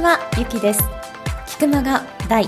は、ゆきです。菊間が第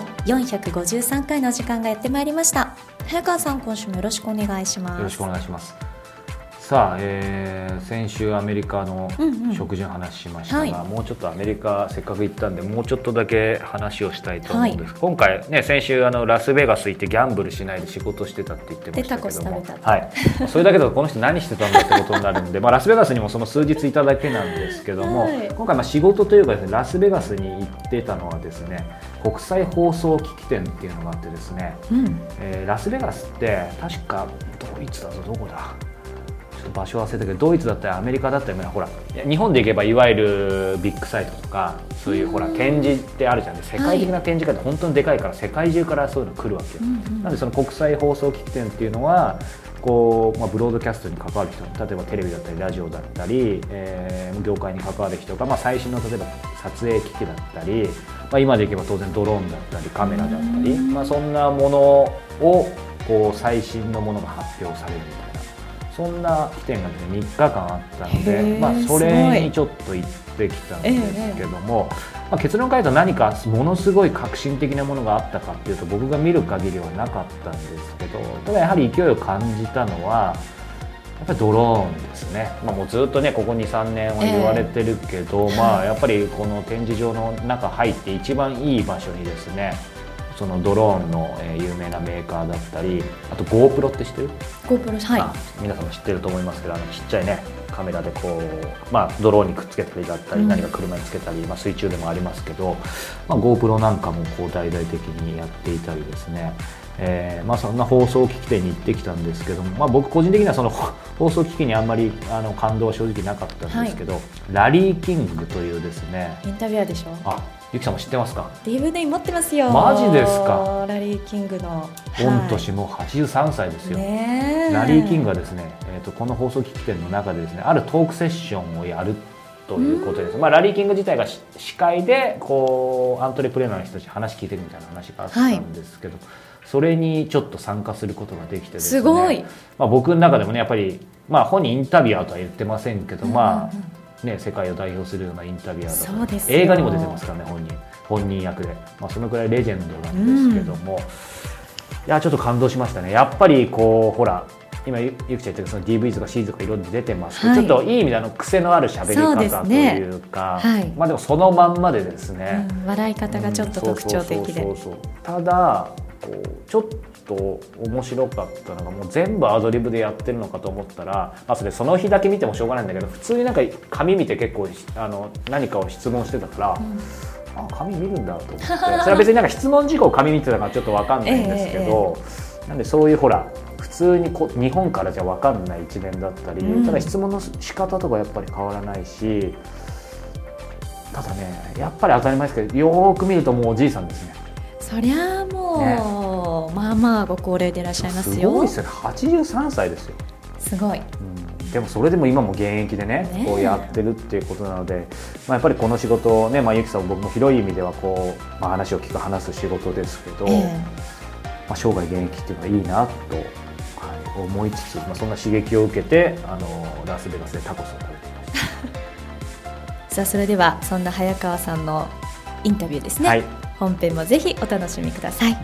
453回の時間がやってまいりました。早川さん、今週もよろしくお願いします。 よろしくお願いします。さあ、先週アメリカの食事の話しましたが、もうちょっとアメリカせっかく行ったんでもうちょっとだけ話をしたいと思うんです、今回ね、先週ラスベガス行ってギャンブルしないで仕事してたって言ってましたけども、それだけだとこの人何してたんだってことになるんでラスベガスにもその数日いただけなんですけども、今回仕事というかですね、ラスベガスに行ってたのはですね、国際放送機器店っていうのがあってですね、ラスベガスって確かドイツだぞ、どこだ場所忘れたけど、ドイツだったりアメリカだったり、ほら日本で行けばいわゆるビッグサイトとかそういうほら展示ってあるじゃん、世界的な展示会って本当にでかいから世界中からそういうの来るわけよ、なのでその国際放送機器店っていうのはこう、ブロードキャストに関わる人、例えばテレビだったりラジオだったり、業界に関わる人が、最新の例えば撮影機器だったり、今でいけば当然ドローンだったりカメラだったり、そんなものをこう最新のものが発表されるみたいな、そんな機店がですね3日間あったので、それにちょっと行ってきたんですけども、結論から言うと何かものすごい革新的なものがあったかっていうと僕が見る限りはなかったんですけど、ただやはり勢いを感じたのはやっぱりドローンですね。もうずっとねここ 2,3 年は言われてるけど、やっぱりこの展示場の中入って一番いい場所にですね、そのドローンの有名なメーカーだったり、あと GoPro って知ってる？ GoPro、はい、 皆さんも知ってると思いますけど、ちっちゃいねカメラでこう、ドローンにくっつけたりだったり、何か車につけたり、水中でもありますけど、GoPro なんかもこう大々的にやっていたりですね、そんな放送機器店に行ってきたんですけども、僕個人的にはその放送機器にあんまり感動は正直なかったんですけど、ラリー・キングというですね、 インタビュアーでしょ。 ゆきさんも知ってますか？ DVD 持ってますよ。 マジですか？ ラリー・キングの御年もう83歳ですよ、ラリー・キングはですね、この放送機器店の中でですね、あるトークセッションをやるということです。ラリー・キング自体が司会でこうアントレプレーナーの人たち話聞いてるみたいな話があったんですけど、それにちょっと参加することができてですね、 すごい、 僕の中でもねやっぱり、本人インタビュアーとは言ってませんけど、世界を代表するようなインタビュアーだと、映画にも出てますからね、本人役で、そのくらいレジェンドなんですけども、いやちょっと感動しましたね。やっぱりこうほら今ゆきちゃん言ってるその DV とか C とかいろいろ出てますけど、ちょっといい意味で癖のある喋り方というか、でもそのまんまでですね、 笑い方がちょっと特徴的で、 ただこうちょっと面白かったのが、もう全部アドリブでやってるのかと思ったら、その日だけ見てもしょうがないんだけど、普通になんか紙見て結構何かを質問してたから、紙見るんだと思って、それは別になんか質問事項を紙見てたからちょっと分かんないんですけど、なんでそういうほら普通に日本からじゃ分かんない一面だったり、ただ質問の仕方とかやっぱり変わらないし、ただねやっぱり当たり前ですけど、よーく見るともうおじいさんですね。 そりゃあもう、ご高齢でいらっしゃいますよ。 すごいですよね、83歳ですよ。 すごい、 でもそれでも今も現役でねこうやってるっていうことなので、やっぱりこの仕事をね、ゆきさんも僕も広い意味ではこう、話を聞く話す仕事ですけど、生涯現役っていうのはいいなと、思いつつ、そんな刺激を受けてラスベガスでタコスを食べていましたさあそれではそんな早川さんのインタビューですね、本編もぜひお楽しみください。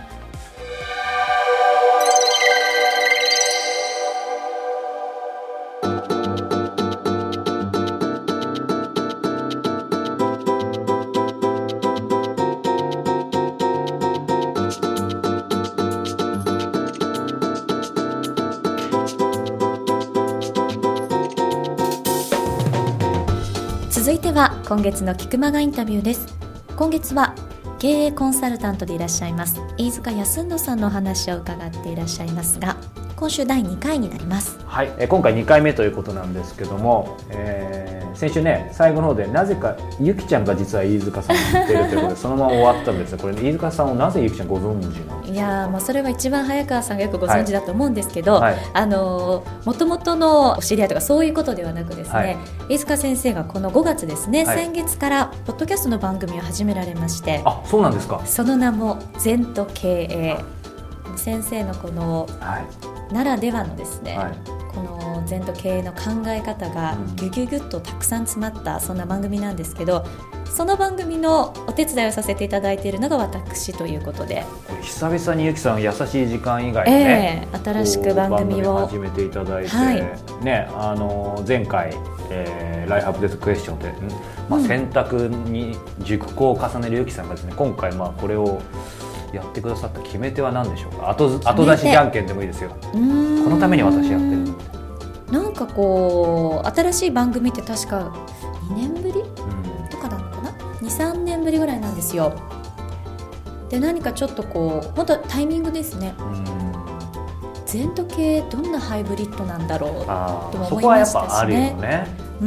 続いては今月の菊間がインタビューです。今月は経営コンサルタントでいらっしゃいます飯塚康則さんのお話を伺っていらっしゃいますが、今週第2回になります。 今回2回目ということなんですけども、先週ね最後の方でなぜかゆきちゃんが実は飯塚さんに言ってるということでそのまま終わったんですが、これ、飯塚さんをなぜゆきちゃんご存知なんですか？ いやもうそれは一番早川さんがよくご存知だと思うんですけど、もともとのお知り合いとかそういうことではなくですね、飯塚先生がこの5月ですね、先月からポッドキャストの番組を始められまして、 そうなんですか。 その名も禅と経営、先生のこの、ならではのですね、 この禅と経営の考え方がギュギュギュッとたくさん詰まったそんな番組なんですけど、その番組のお手伝いをさせていただいているのが私ということで、 久々にゆきさん優しい時間以外でね、 新しく番組を始めていただいて、ね、前回、ライフアップデートクエスチョンで、選択に熟考を重ねるゆきさんがですね、今回これをやってくださった決め手は何でしょうか。後出しじゃんけんでもいいですよ。このために私やってる。 なんかこう新しい番組って確か2年ぶり、とかなのかな、 2,3 年ぶりぐらいなんですよ。で何かちょっとこう本当タイミングですね。禅と経営どんなハイブリッドなんだろうとも思いましたしね。そこはやっぱあるよね。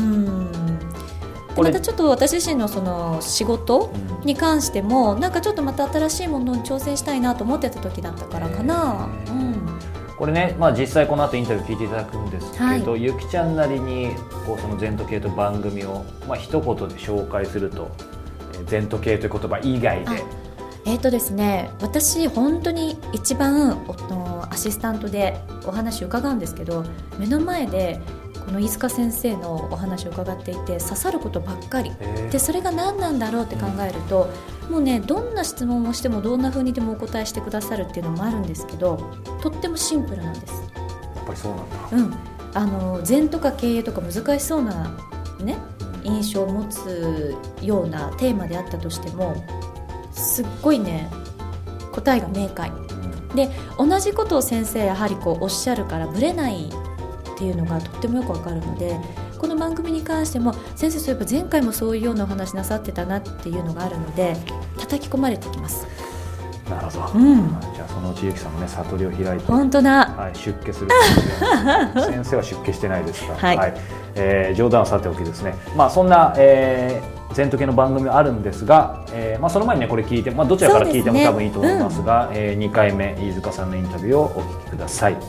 またちょっと私自身のその仕事に関してもなんかちょっとまた新しいものに挑戦したいなと思ってた時だったからかな。 これね、実際この後インタビュー聞いていただくんですけど、ゆきちゃんなりにこうその禅と経営と番組を、一言で紹介すると、禅と経営という言葉以外で。 ですね、私本当に一番アシスタントでお話を伺うんですけど、目の前でこの飯塚先生のお話を伺っていて刺さることばっかりで、それが何なんだろうって考えると、もうね、どんな質問をしてもどんな風にでもお答えしてくださるっていうのもあるんですけど、とってもシンプルなんです。 やっぱりそうなんだ。 禅とか経営とか難しそうな、ね、印象を持つようなテーマであったとしても、すっごいね答えが明快で、同じことを先生やはりこうおっしゃるからブレないっていうのがとってもよくわかるので、この番組に関しても先生そういえば前回もそういうようなお話なさってたなっていうのがあるので叩き込まれてきます。 なるほど、じゃあそのうちゆきさんもね悟りを開いて本当だ、 出家するかもしれない先生は出家してないですから、冗談はさておきですね、そんな、禅と系の番組あるんですが、その前にねこれ聞いて、どちらから聞いても多分いいと思いますが、2回目飯塚さんのインタビューをお聞きください。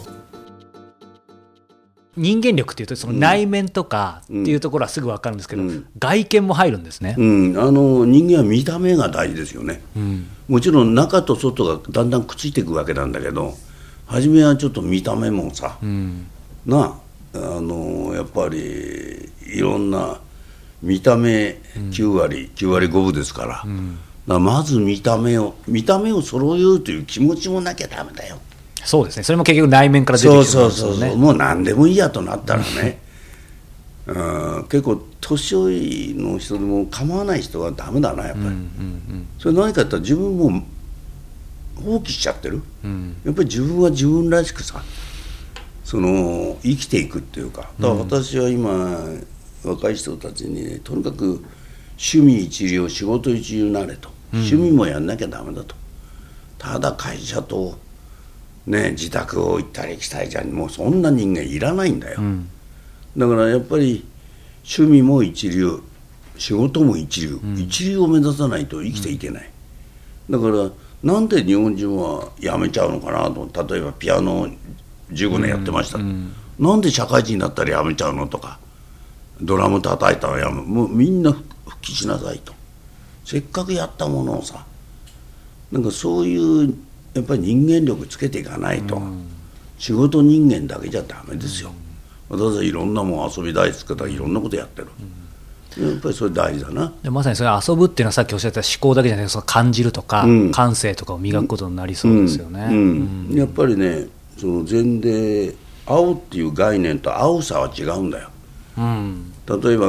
人間力っていうとその内面とかっていうところはすぐ分かるんですけど、外見も入るんですね。 人間は見た目が大事ですよね、もちろん中と外がだんだんくっついていくわけなんだけど、初めはちょっと見た目もさ、やっぱりいろんな見た目9割5分ですから、だからまず見た目を揃えようという気持ちもなきゃダメだよ。 そうですね、それも結局内面から出てきてるんですよね。 もう何でもいいやとなったらね結構年寄りの人でも構わない人はダメだなやっぱり、それ何かって言ったら自分も放棄しちゃってる、やっぱり自分は自分らしくさ生きていくっていうか、だから私は今、若い人たちに、ね、とにかく趣味一流仕事一流なれと、趣味もやんなきゃダメだと、ただ会社と自宅を行ったり来たりじゃもうそんな人間いらないんだよ、だからやっぱり趣味も一流仕事も一流、一流を目指さないと生きていけない、だからなんで日本人はやめちゃうのかなと。例えばピアノ15年やってました、なんで社会人になったらやめちゃうのとか、ドラム叩いたらもうみんな復帰しなさいと、せっかくやったものをさ、なんかそういうやっぱり人間力つけていかないと、仕事人間だけじゃダメですよ、私はいろんなもん遊び大好きだからいろんなことやってる、やっぱりそれ大事だな。 でまさにそれ遊ぶっていうのはさっきおっしゃった思考だけじゃなくて、その感じるとか、感性とかを磨くことになりそうですよね、 やっぱりね、その禅で青っていう概念と青さは違うんだよ、例えば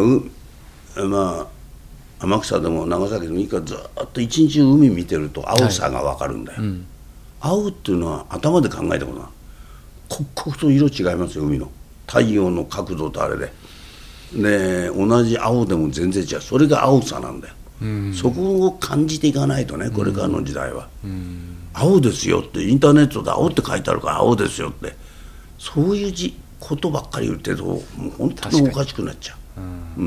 天草でも長崎でもいいからずっと一日海見てると青さが分かるんだよ、青っていうのは頭で考えたことない、刻々と色違いますよ、海の太陽の角度とあれで同じ青でも全然違う、それが青さなんだよ、そこを感じていかないとね、これからの時代は、青ですよって、インターネットで青って書いてあるから青ですよって、そういうことばっかり言ってるともう本当におかしくなっちゃう。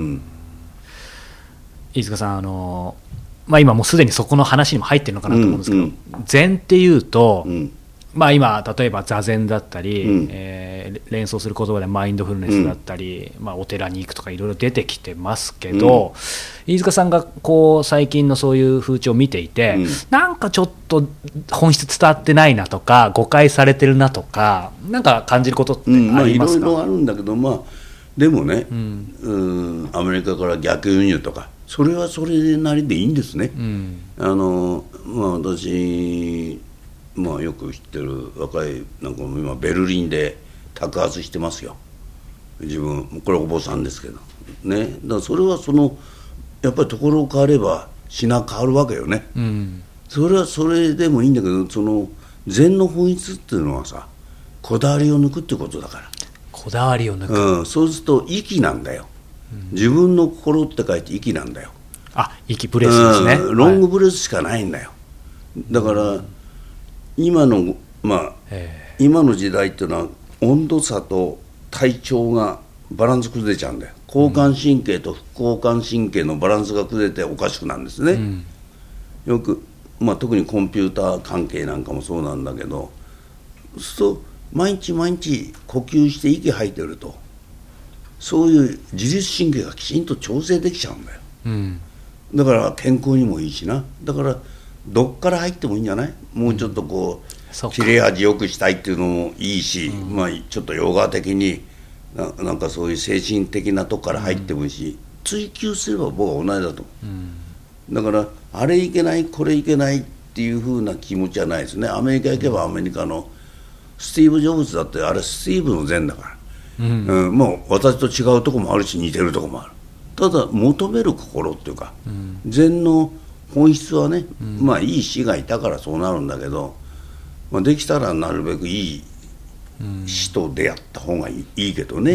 飯塚さん、今もうすでにそこの話にも入ってるのかなと思うんですけど、禅っていうと、 今例えば座禅だったり、連想する言葉でマインドフルネスだったり、お寺に行くとかいろいろ出てきてますけど、飯塚さんがこう最近のそういう風潮を見ていて、なんかちょっと本質伝わってないなとか誤解されてるなとかなんか感じることってありますか？ いろいろあるんだけど、でもね、アメリカから逆輸入とかそれはそれなりでいいんですね。私よく知ってる若いなんか今ベルリンで托発してますよ。自分これお坊さんですけどね。だからそれはやっぱりところを変われば品変わるわけよね。それはそれでもいいんだけど、禅の本質っていうのはさ、こだわりを抜くってことだから。 こだわりを抜く、 そうすると息なんだよ。自分の心って書いて息なんだよ。 息ブレスですね。 ロングブレスしかないんだよ。だから今の時代っていうのは温度差と体調がバランス崩れちゃうんだよ。交感神経と副交感神経のバランスが崩れておかしくなるんですね。よく、特にコンピューター関係なんかもそうなんだけど、そうすると毎日毎日呼吸して息吐いてると、そういう自律神経がきちんと調整できちゃうんだよ。だから健康にもいいしな。だからどっから入ってもいいんじゃない？もうちょっと切れ味よくしたいっていうのもいいし、ちょっとヨガ的になんかそういう精神的なとこから入ってもいいし、追求すれば僕は同じだと思う。だからあれいけないこれいけないっていう風な気持ちはないですね。アメリカ行けばアメリカのスティーブ・ジョブズだって、あれスティーブの禅だから、もう私と違うとこもあるし似てるとこもある。ただ求める心っていうか、禅の本質はね、いい師がいたからそうなるんだけど、できたらなるべくいい師と出会った方がいいけどね。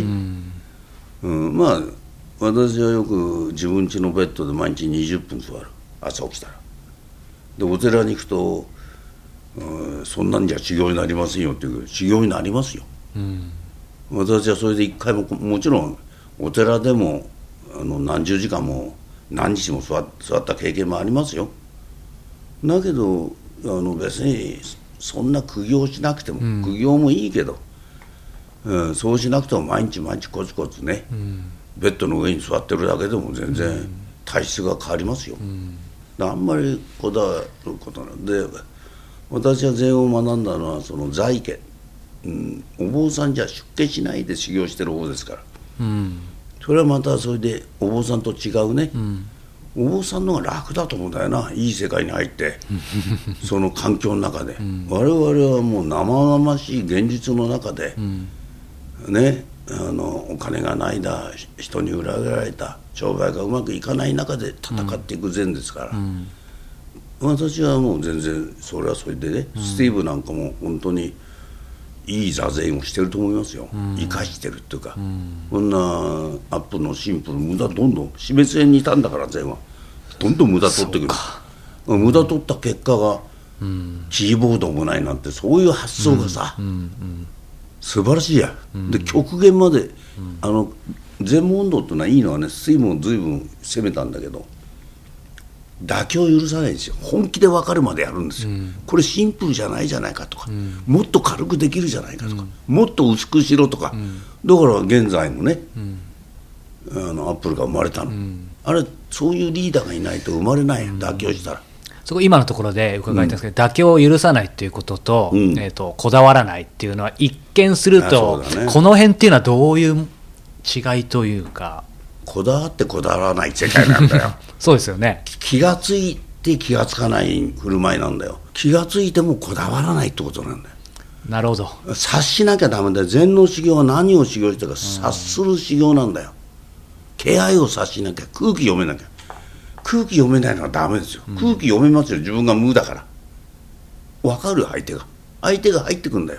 私はよく自分家のベッドで毎日20分座る。朝起きたらでお寺に行くと、そんなんじゃ修行になりませんよっていう。修行になりますよ。私はそれで一回も、もちろんお寺でも何十時間も何日も座った経験もありますよ。だけど別にそんな苦行しなくても、苦行もいいけど、そうしなくても毎日毎日コツコツね、ベッドの上に座ってるだけでも全然体質が変わりますよ。あんまりこだわることなんで、私は禅を学んだのはその在家、お坊さんじゃ出家しないで修行してる方ですから、それはまたそれでお坊さんと違うね、お坊さんの方が楽だと思うんだよな。いい世界に入ってその環境の中で、我々はもう生々しい現実の中で、ね、お金がないだ、人に裏切られた、商売がうまくいかない中で戦っていく禅ですから、私はもう全然それはそれでね、スティーブなんかも本当にいい座禅をしてると思いますよ。生かしてるっていうか、こんなアップのシンプル無駄どんどん死滅縁にいたんだから、禅はどんどん無駄取ってくる。無駄取った結果がキーボードもないなんて、そういう発想がさ、素晴らしいや。で極限まで、禅問答っていうのはいいのはね、水分を随分攻めたんだけど、妥協を許さないんですよ。本気で分かるまでやるんですよ。これシンプルじゃないじゃないかとか、もっと軽くできるじゃないかとか、もっと薄くしろとか、だから現在のね、アップルが生まれたの、あれそういうリーダーがいないと生まれない、妥協したら。 そこ今のところで伺いたいんですけど、妥協を許さないっていうことと、こだわらないっていうのは一見すると、この辺っていうのはどういう違いというか。 こだわってこだわらない世界なんだよそうですよね。 気がついて気がつかない振る舞いなんだよ。気がついてもこだわらないってことなんだよ。 なるほど。 察しなきゃダメだよ。禅の修行は何を修行したか察する修行なんだよ。気合を察しなきゃ、空気読めなきゃ。空気読めないのはダメですよ。空気読めますよ、自分が無だから。分かるよ、相手が入ってくんだよ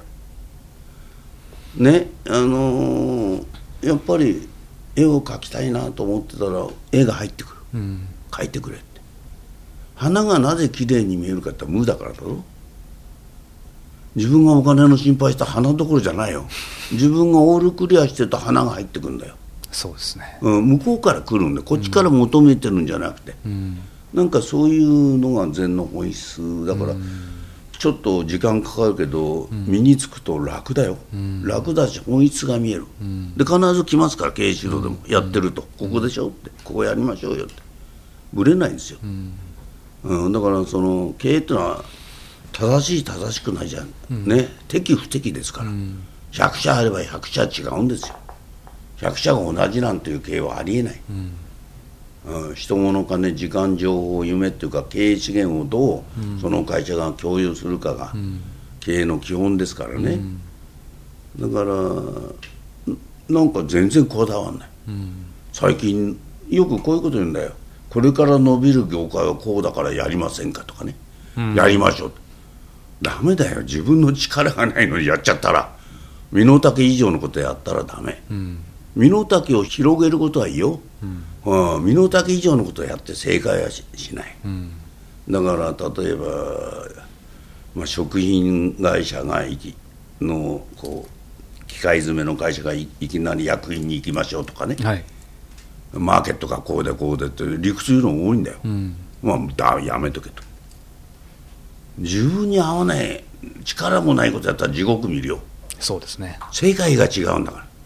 ね。やっぱり絵を描きたいなと思ってたら絵が入ってくる、描いてくれって。花がなぜ綺麗に見えるかって無だからだろ。自分がお金の心配した花どころじゃないよ。自分がオールクリアしてた花が入ってくるんだよ。 そうですね、 向こうから来るんで、こっちから求めてるんじゃなくて、なんかそういうのが禅の本質だから、ちちょっと時間かかるけど、身につくと楽だよ、楽だし本質が見える、で必ず来ますから、経営指導でもやってると、ここでしょって、ここやりましょうよって、ぶれないんですよ、だからその経営っていうのは正しい正しくないじゃん、ね、適不適ですから、100社あれば100社違うんですよ。100社が同じなんていう経営はありえない、人物金時間情報夢っていうか経営資源をどうその会社が共有するかが経営の基本ですからね、だからなんか全然こだわんない、最近よくこういうこと言うんだよ。これから伸びる業界はこうだからやりませんかとかね、やりましょう。ダメだよ、自分の力がないのにやっちゃったら、身の丈以上のことやったらダメ、身の丈を広げることはいいよ、身の丈以上のことをやって正解は しない、だから例えば、食品会社がのこう機械詰めの会社が いきなり役員に行きましょうとかね、マーケットがこうでこうでって理屈言うのが多いんだよ、やめとけと。自分に合わない力もないことやったら地獄見るよ。 そうですね、 世界が違うんだから、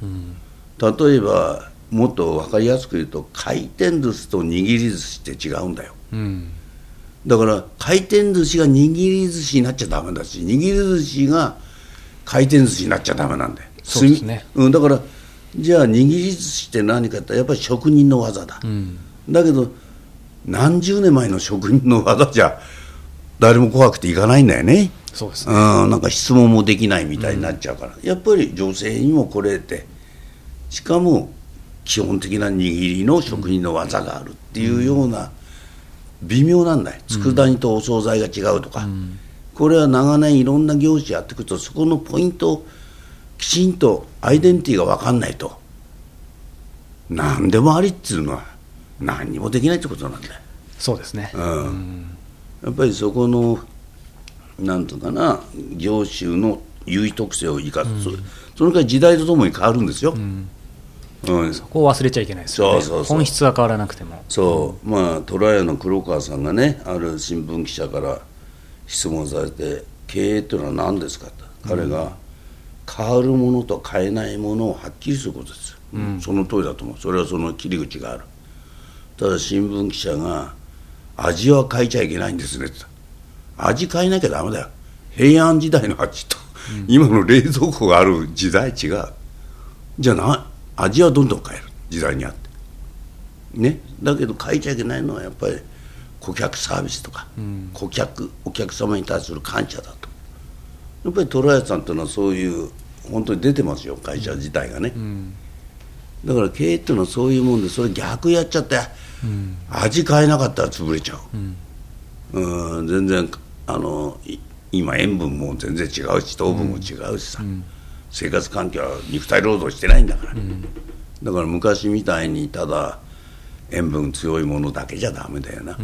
例えばもっと分かりやすく言うと、回転寿司と握り寿司って違うんだよ、だから回転寿司が握り寿司になっちゃダメだし、握り寿司が回転寿司になっちゃダメなんだよ。 そうですね、 だからじゃあ握り寿司って何かってやっぱり職人の技だ、だけど何十年前の職人の技じゃ誰も怖くていかないんだよね。 そうですね、 なんか質問もできないみたいになっちゃうから、やっぱり女性にもこれて、しかも基本的な握りの職人の技があるっていうような、微妙なんだよ。佃煮とお惣菜が違うとか、これは長年いろんな業種やっていくと、そこのポイントをきちんとアイデンティティが分かんないと、何でもありっていうのは何にもできないってことなんだよ。 そうですね、 やっぱりそこのなんとかな業種の優位特性を生かす、そのくらい時代とともに変わるんですよ、 そこを忘れちゃいけないですよね。本質は変わらなくても。 トラヤの黒川さんがね、ある新聞記者から質問されて、経営というのは何ですかと、彼が変わるものと変えないものをはっきりすることですよ、その通りだと思う。それはその切り口がある。ただ新聞記者が味は変えちゃいけないんですねって、味変えなきゃダメだよ。平安時代の味と、今の冷蔵庫がある時代違う。じゃあ味はどんどん変える、時代にあってね。だけど変えちゃいけないのはやっぱり顧客サービスとか、お客様に対する感謝だと。やっぱりトラヤさんというのはそういう本当に出てますよ、会社自体がね、だから経営っていうのはそういうもんで、それ逆やっちゃって、味変えなかったら潰れちゃう、全然今塩分も全然違うし糖分も違うしさ、生活環境は肉体労働してないんだから、だから昔みたいにただ塩分強いものだけじゃダメだよな、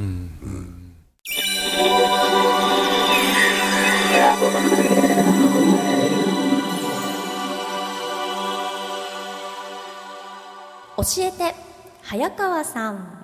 教えて早川さん。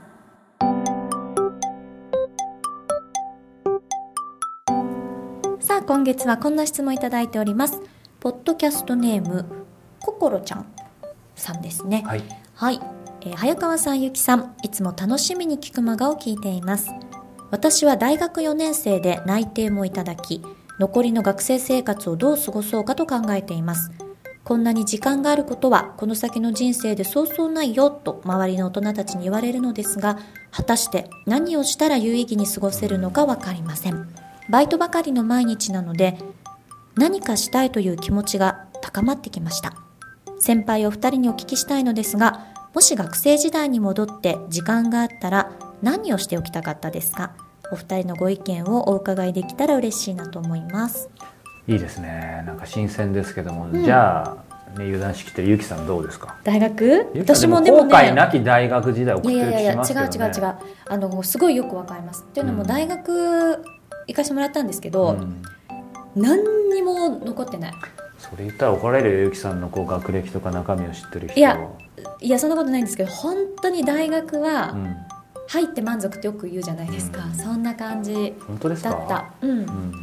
さあ今月はこんな質問いただいております。ポッドキャストネームこころちゃんさんですね。はい、早川さん、ゆきさん、いつも楽しみに聞く間がを聞いています。私は大学4年生で内定もいただき、残りの学生生活をどう過ごそうかと考えています。こんなに時間があることはこの先の人生でそうそうないよと周りの大人たちに言われるのですが、果たして何をしたら有意義に過ごせるのか分かりません。バイトばかりの毎日なので何かしたいという気持ちが高まってきました。先輩お二人にお聞きしたいのですが、もし学生時代に戻って時間があったら何をしておきたかったですか？お二人のご意見をお伺いできたら嬉しいなと思います。 いいですね、なんか新鮮ですけども、じゃあ、油断しきってるゆきさんどうですか？ 大学？私もでもね、 後悔なき大学時代を送ってる気しますけどね。 違うすごいよくわかります。っていうのも大学行かしてもらったんですけど、何にも残ってない。 それ言ったら怒られるよ、ゆきさんの学歴とか中身を知ってる人。 いやそんなことないんですけど、本当に大学は入って満足ってよく言うじゃないですか、そんな感じだった。 本当ですか？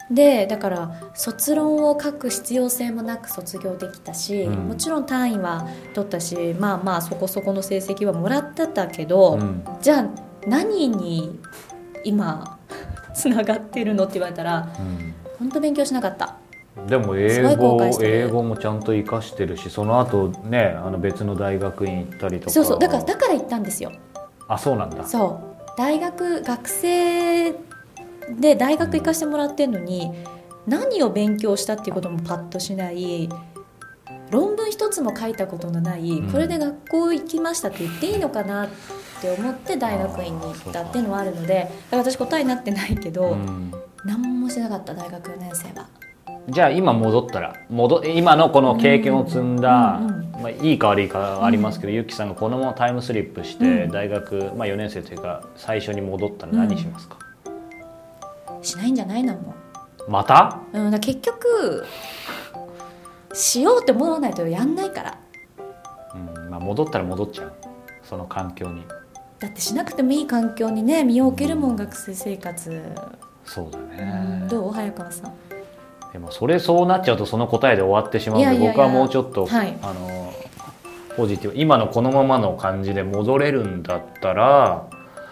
でだから卒論を書く必要性もなく卒業できたし、もちろん単位は取ったし、まあそこそこの成績はもらってたけど、じゃあ何に今つながってるのって言われたら、本当勉強しなかった。 でも英語もちゃんと活かしてるし、その後ね別の大学院行ったりとか。 そうだから行ったんですよ。 あ、そうなんだ。 そう学生で大学行かせてもらってるのに、何を勉強したっていうこともパッとしない、論文一つも書いたことのない、これで学校行きましたって言っていいのかなって思って大学院に行ったっていうのはあるので、だから私答えになってないけど、何もしなかった大学4年生は。 じゃあ今戻ったら今のこの経験を積んだ、いいか悪いかありますけど、ゆきさんがこのままタイムスリップして大学、4年生というか最初に戻ったら何しますか？ しないんじゃないの？もうまた？ だ結局しようって思わないとやんないから、 戻ったら戻っちゃう、その環境に。 だってしなくてもいい環境にね身を置けるもん、学生生活。 そうだね。 どう？早川さん。 でもそうなっちゃうとその答えで終わってしまうので、僕はもうちょっと、ポジティブ、今のこのままの感じで戻れるんだったら、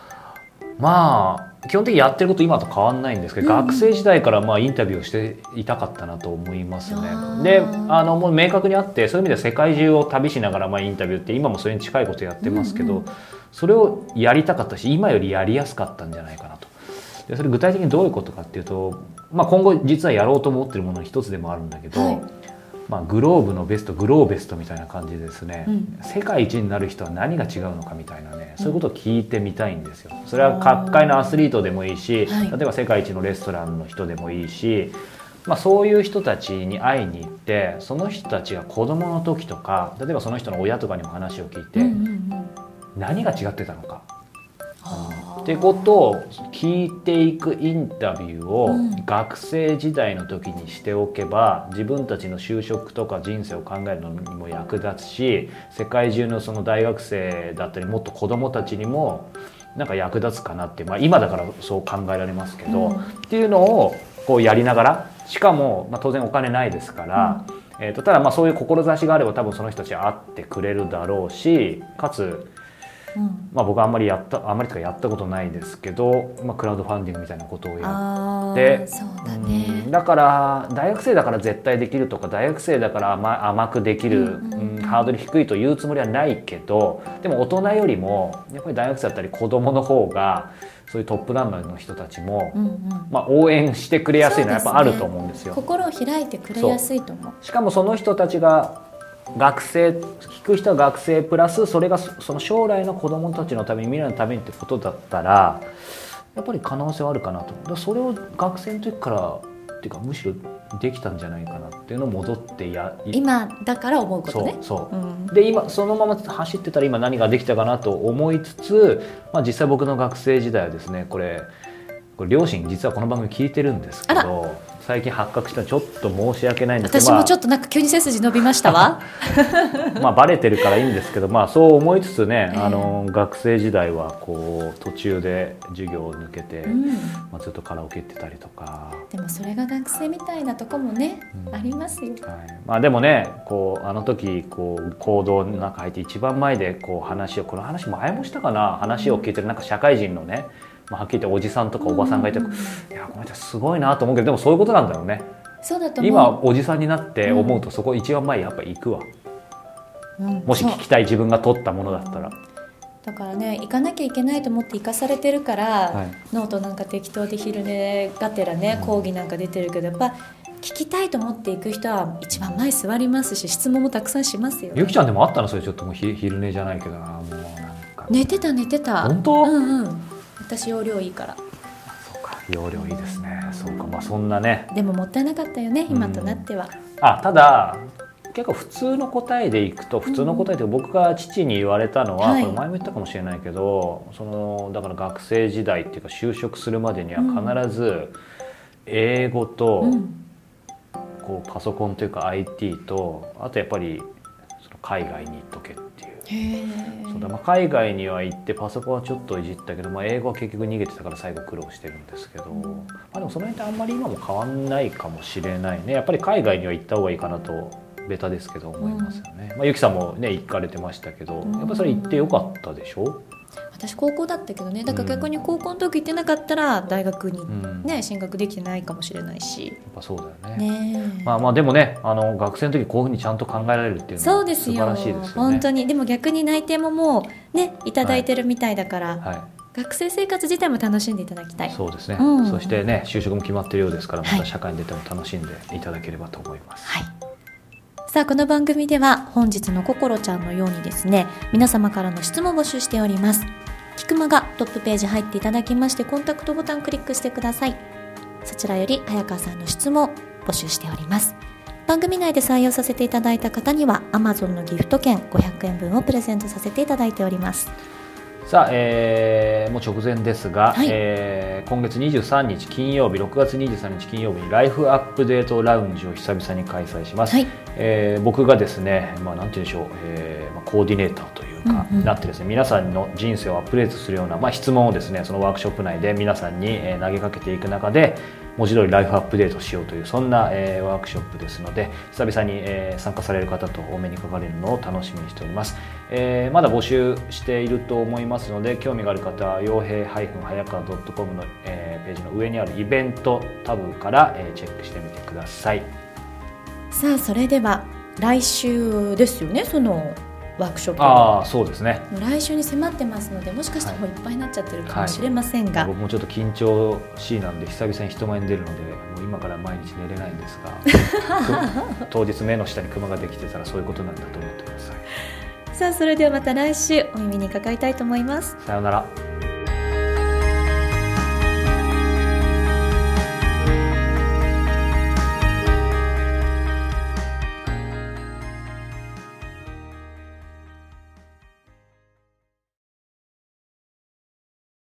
基本的にやってること今と変わんないんですけど、学生時代からインタビューをしていたかったなと思いますね。でもう明確にあって、そういう意味では世界中を旅しながらインタビューって今もそれに近いことやってますけど、それをやりたかったし、今よりやりやすかったんじゃないかなと。でそれ具体的にどういうことかっていうと、今後実はやろうと思ってるものの一つでもあるんだけど、グローブのベストグローベストみたいな感じでですね、世界一になる人は何が違うのかみたいなね、そういうことを聞いてみたいんですよ。それは各界のアスリートでもいいし、例えば世界一のレストランの人でもいいし、そういう人たちに会いに行って、その人たちが子供の時とか、例えばその人の親とかにも話を聞いて、何が違ってたのかってことを聞いていくインタビューを学生時代の時にしておけば、自分たちの就職とか人生を考えるのにも役立つし、世界中のその大学生だったりもっと子どもたちにもなんか役立つかなって、今だからそう考えられますけど、っていうのをこうやりながら、しかも当然お金ないですから、ただそういう志があれば多分その人たちは会ってくれるだろうし、かつ僕はあんまりとかやったことないですけど、クラウドファンディングみたいなことをやって、 そうだね。 だから大学生だから絶対できるとか、大学生だから甘くできる、ハードル低いというつもりはないけど、でも大人よりもやっぱり大学生だったり子供の方がそういうトップランナーの人たちも、応援してくれやすいのはやっぱあると思うんですよ。 心を開いてくれやすいと思う。 しかもその人たちが聞く人は学生プラス、それがその将来の子どもたちのために、未来のためにってことだったらやっぱり可能性はあるかなと。それを学生の時からっていうか、むしろできたんじゃないかなっていうのを戻って今だから思うことね。 で今そのまま走ってたら今何ができたかなと思いつつ、実際僕の学生時代はですね、これ両親実はこの番組聞いてるんですけど、最近発覚したらちょっと申し訳ないんですけど、 私もちょっとなんか急に背筋伸びましたわバレてるからいいんですけど、そう思いつつね、学生時代はこう途中で授業を抜けて、ずっとカラオケ行ってたりとか。 でもそれが学生みたいなとこもね、ありますよ。 でもね、あの時行動の中入って一番前でこの話前もしたかな、話を聞いてるなんか社会人のね、はっきり言っておじさんとかおばさんがいて、いやこの人すごいなと思うけど、でもそういうことなんだろうね。 そうだと思う。 今おじさんになって思うと、そこ一番前やっぱ行くわ、もし聞きたい自分が取ったものだったら。 だからね、行かなきゃいけないと思って行かされてるから、ノートなんか適当で昼寝がてらね、講義なんか出てるけど、やっぱ聞きたいと思って行く人は一番前座りますし、質問もたくさんしますよね。 ゆきちゃんでもあったのそれ？ちょっともう昼寝じゃないけどな、もうなんか寝てた本当？ 私容量いいから。 そうか、容量いいですね。そうか、そんなね。 でももったいなかったよね、今となっては。 ただ結構普通の答えでいくと、普通の答えで僕が父に言われたのは、これ前も言ったかもしれないけど、だから学生時代っていうか就職するまでには必ず英語と、パソコンというか IT と、あとやっぱりその海外に行っとけっていう。そうだ、 海外には行ってパソコンはちょっといじったけど、英語は結局逃げてたから最後苦労してるんですけど、でもその辺ってあんまり今も変わんないかもしれないね。やっぱり海外には行った方がいいかなとベタですけど思いますよね。ゆきさんもね行かれてましたけど、やっぱそれ行ってよかったでしょ。 私高校だったけどね、だから逆に高校の時行ってなかったら大学に、進学できてないかもしれないし。 やっぱそうだよね。でもね、学生の時こういうふうにちゃんと考えられるっていうのは素晴らしいですよね。 本当に。でも逆に内定ももうねいただいてるみたいだから、学生生活自体も楽しんでいただきたい。 そうですね、そしてね就職も決まっているようですから、また社会に出ても楽しんでいただければと思います。 さあこの番組では本日のこころちゃんのようにですね、皆様からの質問を募集しております。キクマがトップページ入っていただきまして、コンタクトボタンクリックしてください。そちらより早川さんの質問募集しております。番組内で採用させていただいた方には Amazon のギフト券500円分をプレゼントさせていただいております。 さあ、もう直前ですが、今月23日金曜日、6月23日金曜日にライフアップデートラウンジを久々に開催します。僕がですね、なんて言うんでしょう、コーディネーターというか、なってですね、皆さんの人生をアップデートするような、質問をですね、そのワークショップ内で皆さんに、投げかけていく中で文字通りライフアップデートしようという、そんな、ワークショップですので、久々に、参加される方とお目にかかれるのを楽しみにしております。まだ募集していると思いますので、興味がある方は陽平早川 .com の、ページの上にあるイベントタブから、チェックしてみてください。 さあそれでは来週ですよね、そのワークショップ。 そうですね、 来週に迫ってますので、もしかしたらもういっぱいになっちゃってるかもしれませんが、 僕もちょっと緊張しいなんで久々に人前に出るので、もう今から毎日寝れないんですが当日目の下にクマができてたらそういうことなんだと思ってください。 さあそれではまた来週お耳にかかりたいと思います。 さようなら。